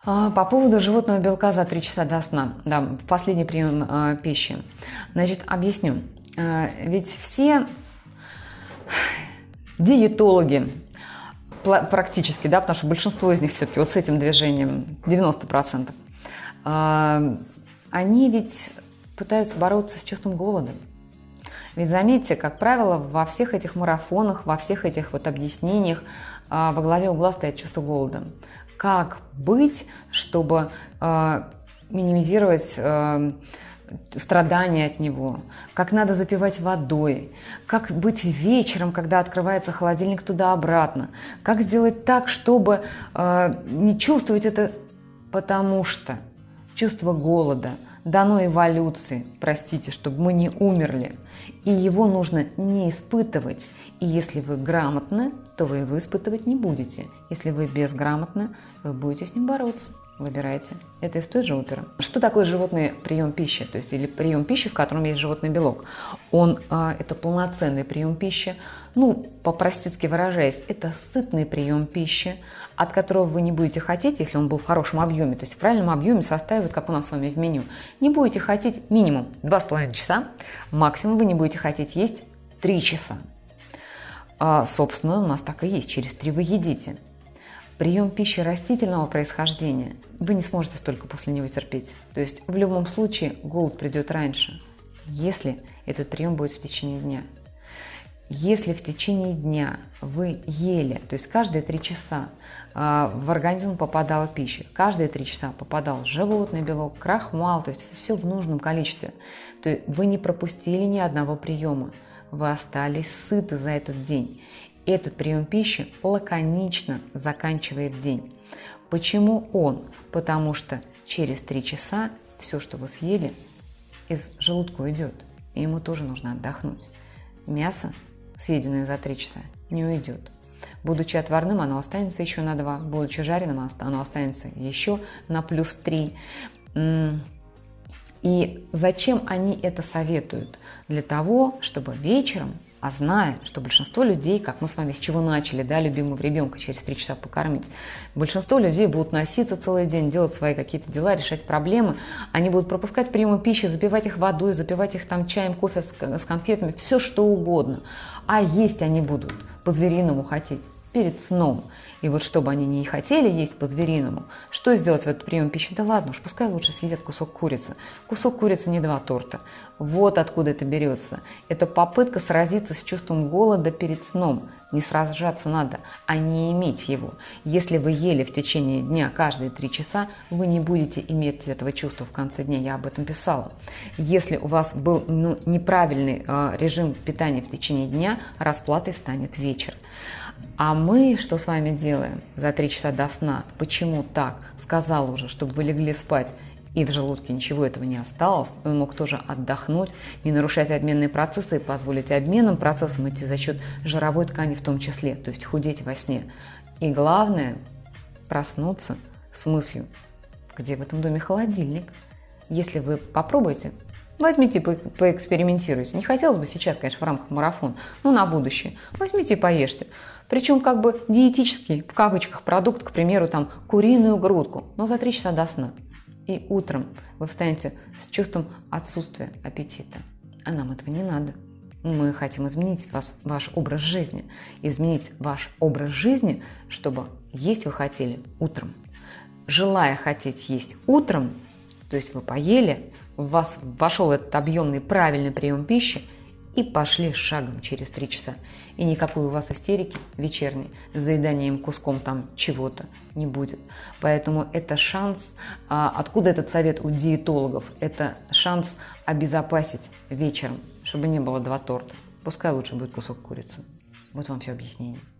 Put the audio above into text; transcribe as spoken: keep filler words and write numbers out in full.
А, По поводу животного белка за три часа до сна, да, последний прием э, пищи. Значит, объясню. Э, ведь все диетологи, пла- практически, да, потому что большинство из них все-таки вот с этим движением, девяносто процентов, э, они ведь пытаются бороться с чувством голода. Ведь заметьте, как правило, во всех этих марафонах, во всех этих вот объяснениях э, во главе угла стоит чувство голода. Как быть, чтобы э, минимизировать э, страдания от него, как надо запивать водой, как быть вечером, когда открывается холодильник туда-обратно, как сделать так, чтобы э, не чувствовать это, потому что чувство голода дано эволюции, простите, чтобы мы не умерли, и его нужно не испытывать. И если вы грамотны, то вы его испытывать не будете. Если вы безграмотны, вы будете с ним бороться. Выбирайте. Это из той же оперы. Что такое животный прием пищи? То есть или прием пищи, в котором есть животный белок? Он э, это полноценный прием пищи. Ну, по-простецки выражаясь, это сытный прием пищи, от которого вы не будете хотеть, если он был в хорошем объеме, то есть в правильном объеме составит, как у нас с вами в меню, не будете хотеть минимум два с половиной часа, максимум вы не будете хотеть есть три часа. А, собственно, у нас так и есть, через три вы едите. Прием пищи растительного происхождения вы не сможете столько после него терпеть. То есть в любом случае голод придет раньше, если этот прием будет в течение дня. Если в течение дня вы ели, то есть каждые три часа э, в организм попадала пища, каждые три часа попадал животный белок, крахмал, то есть все в нужном количестве, то есть вы не пропустили ни одного приема, вы остались сыты за этот день. Этот прием пищи лаконично заканчивает день. Почему он? Потому что через три часа все, что вы съели, из желудка уйдет, и ему тоже нужно отдохнуть. Мясо, съеденное за три часа, не уйдет. Будучи отварным, оно останется еще на два, будучи жареным, оно останется еще на плюс три. И зачем они это советуют? Для того, чтобы вечером, а зная, что большинство людей, как мы с вами с чего начали, да, любимого ребенка через три часа покормить, большинство людей будут носиться целый день, делать свои какие-то дела, решать проблемы, они будут пропускать приемы пищи, запивать их водой, запивать их там чаем, кофе с, с конфетами, все что угодно. А есть они будут по-звериному хотеть перед сном. И вот чтобы они не хотели есть по-звериному, что сделать в этот прием пищи? Да ладно уж, пускай лучше съедят кусок курицы. Кусок курицы не два торта. Вот откуда это берется. Это попытка сразиться с чувством голода перед сном. Не сражаться надо, а не иметь его. Если вы ели в течение дня каждые три часа, вы не будете иметь этого чувства в конце дня. Я об этом писала. Если у вас был ну, неправильный э, режим питания в течение дня, расплатой станет вечер. А мы что с вами делаем за три часа до сна? Почему так? Сказала уже, чтобы вы легли спать, и в желудке ничего этого не осталось, он мог тоже отдохнуть, не нарушать обменные процессы и позволить обменным процессам идти за счет жировой ткани в том числе, то есть худеть во сне. И главное, проснуться с мыслью, где в этом доме холодильник. Если вы попробуете, возьмите, по поэкспериментируйте. Не хотелось бы сейчас, конечно, в рамках марафона, но на будущее. Возьмите и поешьте. Причем как бы диетический, в кавычках, продукт, к примеру, там куриную грудку, но за три часа до сна. И утром вы встанете с чувством отсутствия аппетита. А нам этого не надо. Мы хотим изменить вас, ваш образ жизни. Изменить ваш образ жизни, чтобы есть вы хотели утром. Желая хотеть есть утром, то есть вы поели, в вас вошел этот объемный правильный прием пищи и пошли шагом через три часа. И никакой у вас истерики вечерней с заеданием куском там чего-то не будет. Поэтому это шанс, откуда этот совет у диетологов? Это шанс обезопасить вечером, чтобы не было два торта. Пускай лучше будет кусок курицы. Вот вам все объяснение.